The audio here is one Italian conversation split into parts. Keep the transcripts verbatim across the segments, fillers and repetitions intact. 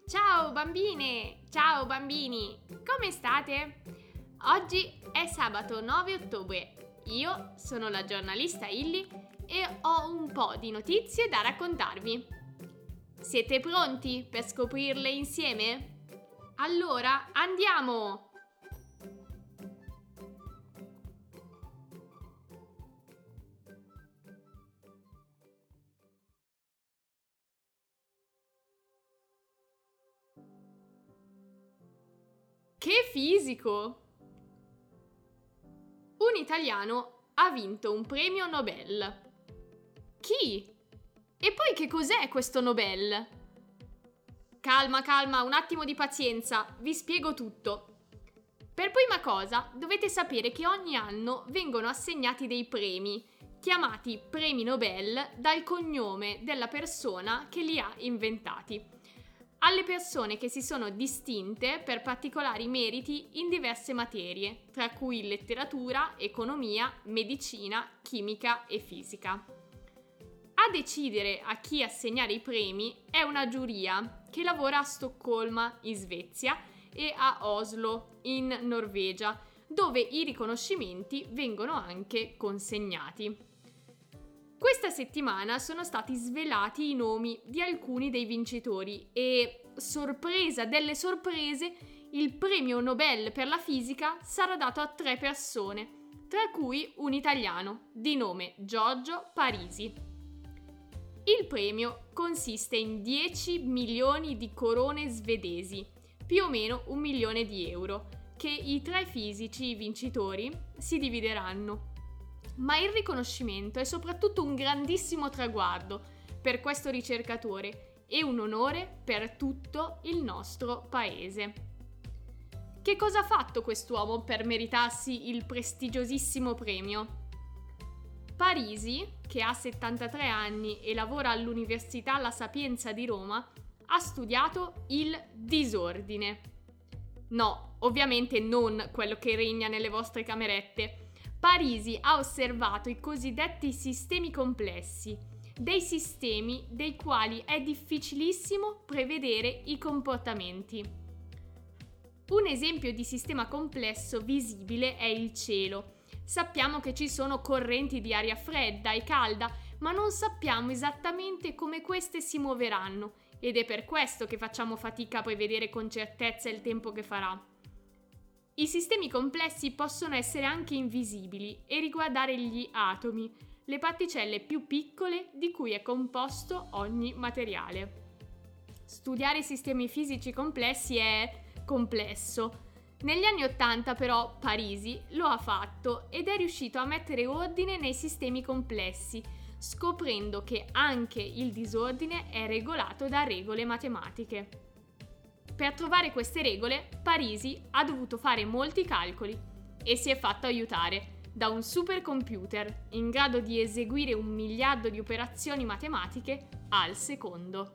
Ciao bambine! Ciao bambini! Come state? Oggi è sabato nove ottobre. Io sono la giornalista Illy e ho un po' di notizie da raccontarvi. Siete pronti per scoprirle insieme? Allora andiamo! Che fisico! Un italiano ha vinto un premio Nobel. Chi? E poi che cos'è questo Nobel? Calma, calma, un attimo di pazienza, vi spiego tutto. Per prima cosa, dovete sapere che ogni anno vengono assegnati dei premi, chiamati premi Nobel dal cognome della persona che li ha inventati, alle persone che si sono distinte per particolari meriti in diverse materie, tra cui letteratura, economia, medicina, chimica e fisica. A decidere a chi assegnare i premi è una giuria che lavora a Stoccolma, in Svezia, e a Oslo, in Norvegia, dove i riconoscimenti vengono anche consegnati. Questa settimana sono stati svelati i nomi di alcuni dei vincitori e, sorpresa delle sorprese, il premio Nobel per la fisica sarà dato a tre persone, tra cui un italiano di nome Giorgio Parisi. Il premio consiste in dieci milioni di corone svedesi, più o meno un milione di euro, che i tre fisici vincitori si divideranno. Ma il riconoscimento è soprattutto un grandissimo traguardo per questo ricercatore e un onore per tutto il nostro paese. Che cosa ha fatto quest'uomo per meritarsi il prestigiosissimo premio? Parisi, che ha settantatré anni e lavora all'Università La Sapienza di Roma, ha studiato il disordine. No, ovviamente non quello che regna nelle vostre camerette. Parisi ha osservato i cosiddetti sistemi complessi, dei sistemi dei quali è difficilissimo prevedere i comportamenti. Un esempio di sistema complesso visibile è il cielo. Sappiamo che ci sono correnti di aria fredda e calda, ma non sappiamo esattamente come queste si muoveranno ed è per questo che facciamo fatica a prevedere con certezza il tempo che farà. I sistemi complessi possono essere anche invisibili e riguardare gli atomi, le particelle più piccole di cui è composto ogni materiale. Studiare i sistemi fisici complessi è complesso. Negli anni Ottanta però Parisi lo ha fatto ed è riuscito a mettere ordine nei sistemi complessi, scoprendo che anche il disordine è regolato da regole matematiche. Per trovare queste regole, Parisi ha dovuto fare molti calcoli e si è fatto aiutare da un supercomputer in grado di eseguire un miliardo di operazioni matematiche al secondo.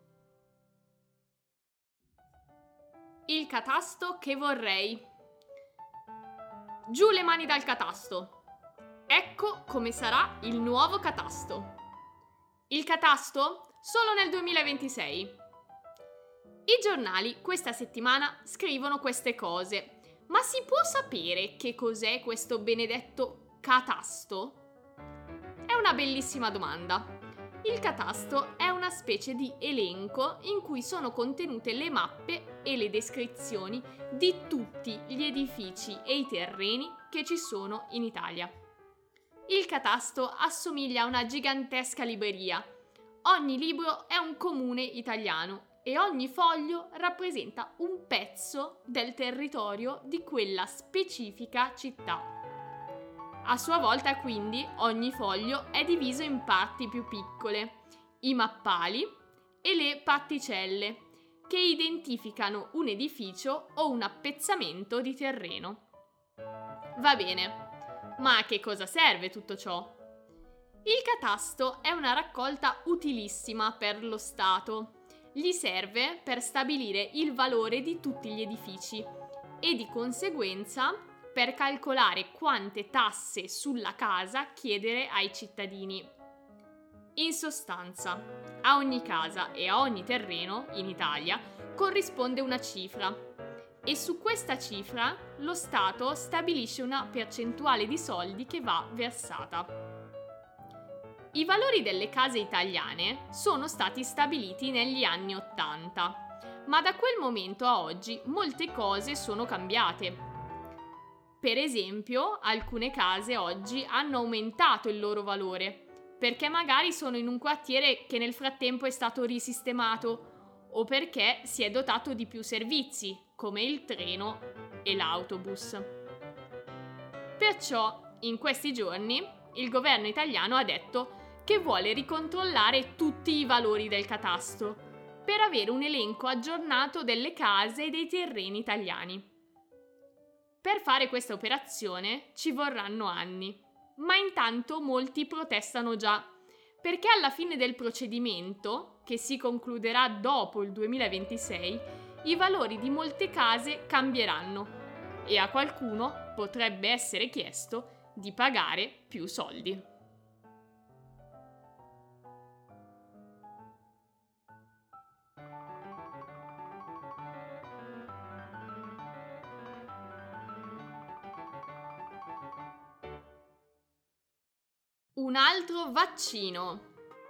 Il catasto che vorrei. Giù le mani dal catasto. Ecco come sarà il nuovo catasto. Il catasto solo nel duemilaventisei. I giornali questa settimana scrivono queste cose, ma si può sapere che cos'è questo benedetto catasto? È una bellissima domanda. Il catasto è una specie di elenco in cui sono contenute le mappe e le descrizioni di tutti gli edifici e i terreni che ci sono in Italia. Il catasto assomiglia a una gigantesca libreria. Ogni libro è un comune italiano e ogni foglio rappresenta un pezzo del territorio di quella specifica città. A sua volta, quindi, ogni foglio è diviso in parti più piccole, i mappali e le particelle, che identificano un edificio o un appezzamento di terreno. Va bene, ma a che cosa serve tutto ciò? Il catasto è una raccolta utilissima per lo Stato. Gli serve per stabilire il valore di tutti gli edifici e di conseguenza per calcolare quante tasse sulla casa chiedere ai cittadini. In sostanza, a ogni casa e a ogni terreno in Italia corrisponde una cifra e su questa cifra lo Stato stabilisce una percentuale di soldi che va versata. I valori delle case italiane sono stati stabiliti negli anni ottanta, ma da quel momento a oggi molte cose sono cambiate. Per esempio, alcune case oggi hanno aumentato il loro valore, perché magari sono in un quartiere che nel frattempo è stato risistemato o perché si è dotato di più servizi, come il treno e l'autobus. Perciò, in questi giorni, il governo italiano ha detto che vuole ricontrollare tutti i valori del catasto per avere un elenco aggiornato delle case e dei terreni italiani. Per fare questa operazione ci vorranno anni, ma intanto molti protestano già, perché alla fine del procedimento, che si concluderà dopo il duemilaventisei, i valori di molte case cambieranno e a qualcuno potrebbe essere chiesto di pagare più soldi. Un altro vaccino.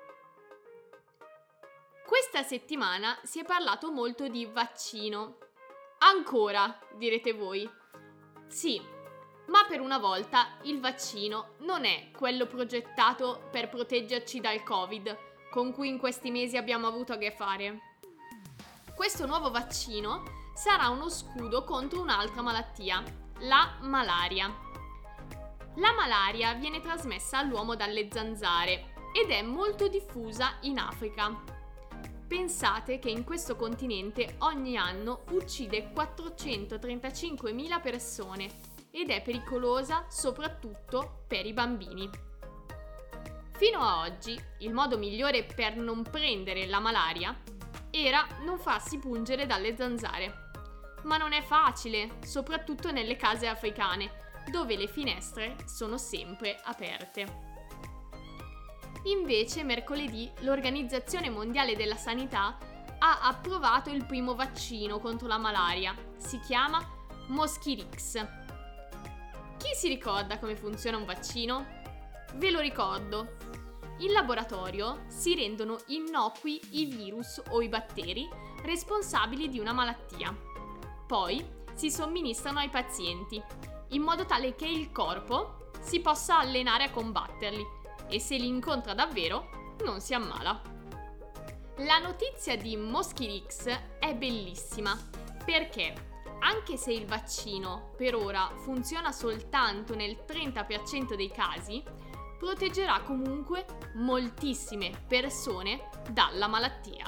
Questa settimana si è parlato molto di vaccino. Ancora, direte voi. Sì, ma per una volta il vaccino non è quello progettato per proteggerci dal Covid, con cui in questi mesi abbiamo avuto a che fare. Questo nuovo vaccino sarà uno scudo contro un'altra malattia, la malaria. La malaria viene trasmessa all'uomo dalle zanzare ed è molto diffusa in Africa. Pensate che in questo continente ogni anno uccide quattrocentotrentacinquemila persone ed è pericolosa soprattutto per i bambini. Fino a oggi, il modo migliore per non prendere la malaria era non farsi pungere dalle zanzare. Ma non è facile, soprattutto nelle case africane, dove le finestre sono sempre aperte. Invece, mercoledì, l'Organizzazione Mondiale della Sanità ha approvato il primo vaccino contro la malaria. Si chiama Mosquirix. Chi si ricorda come funziona un vaccino? Ve lo ricordo. In laboratorio si rendono innocui i virus o i batteri responsabili di una malattia. Poi si somministrano ai pazienti, in modo tale che il corpo si possa allenare a combatterli e se li incontra davvero non si ammala. La notizia di Mosquirix è bellissima perché, anche se il vaccino per ora funziona soltanto nel trenta per cento dei casi, proteggerà comunque moltissime persone dalla malattia.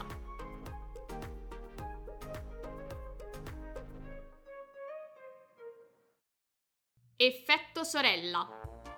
Effetto sorella.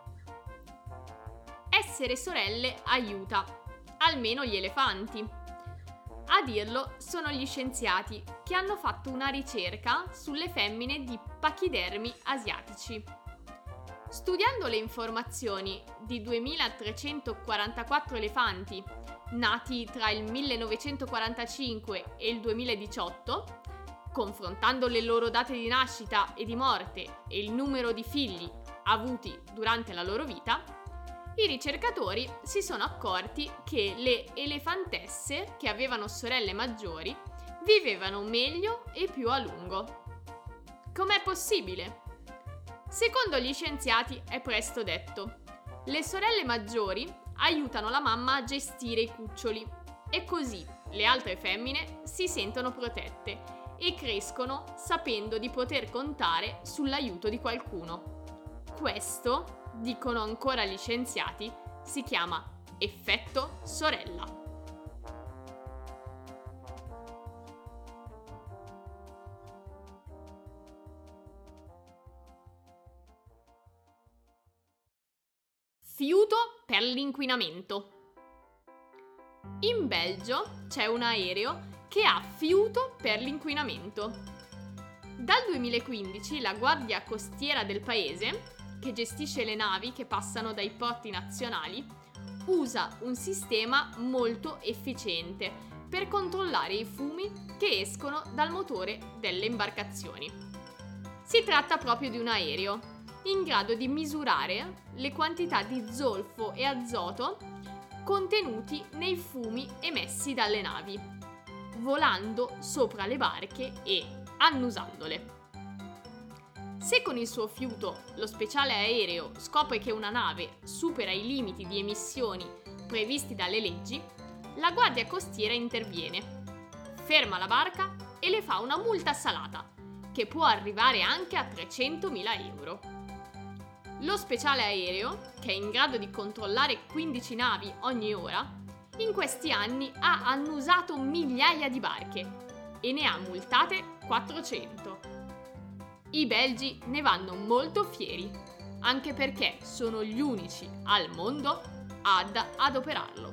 Essere sorelle aiuta, almeno gli elefanti. A dirlo sono gli scienziati che hanno fatto una ricerca sulle femmine di pachidermi asiatici. Studiando le informazioni di duemilatrecentoquarantaquattro elefanti nati tra il millenovecentoquarantacinque e il duemiladiciotto, confrontando le loro date di nascita e di morte e il numero di figli avuti durante la loro vita, i ricercatori si sono accorti che le elefantesse che avevano sorelle maggiori vivevano meglio e più a lungo. Com'è possibile? Secondo gli scienziati è presto detto. Le sorelle maggiori aiutano la mamma a gestire i cuccioli e così le altre femmine si sentono protette e crescono sapendo di poter contare sull'aiuto di qualcuno. Questo, dicono ancora gli scienziati, si chiama effetto sorella. Fiuto per l'inquinamento. In Belgio c'è un aereo che ha fiuto per l'inquinamento. Dal duemilaquindici la Guardia Costiera del paese, che gestisce le navi che passano dai porti nazionali, usa un sistema molto efficiente per controllare i fumi che escono dal motore delle imbarcazioni. Si tratta proprio di un aereo in grado di misurare le quantità di zolfo e azoto contenuti nei fumi emessi dalle navi, volando sopra le barche e annusandole. Se con il suo fiuto lo speciale aereo scopre che una nave supera i limiti di emissioni previsti dalle leggi, la guardia costiera interviene, ferma la barca e le fa una multa salata, che può arrivare anche a trecentomila euro. Lo speciale aereo, che è in grado di controllare quindici navi ogni ora, in questi anni ha annusato migliaia di barche e ne ha multate quattrocento. I belgi ne vanno molto fieri, anche perché sono gli unici al mondo ad adoperarlo.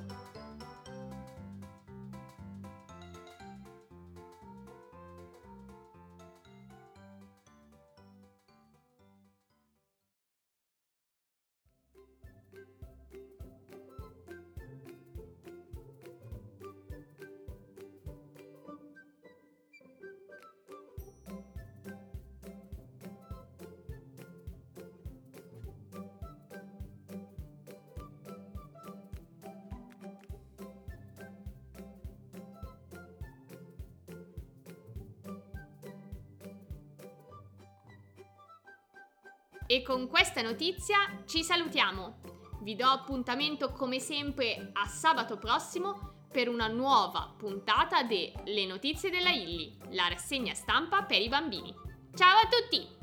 E con questa notizia ci salutiamo. Vi do appuntamento come sempre a sabato prossimo per una nuova puntata de Le notizie della Illy, la rassegna stampa per i bambini. Ciao a tutti!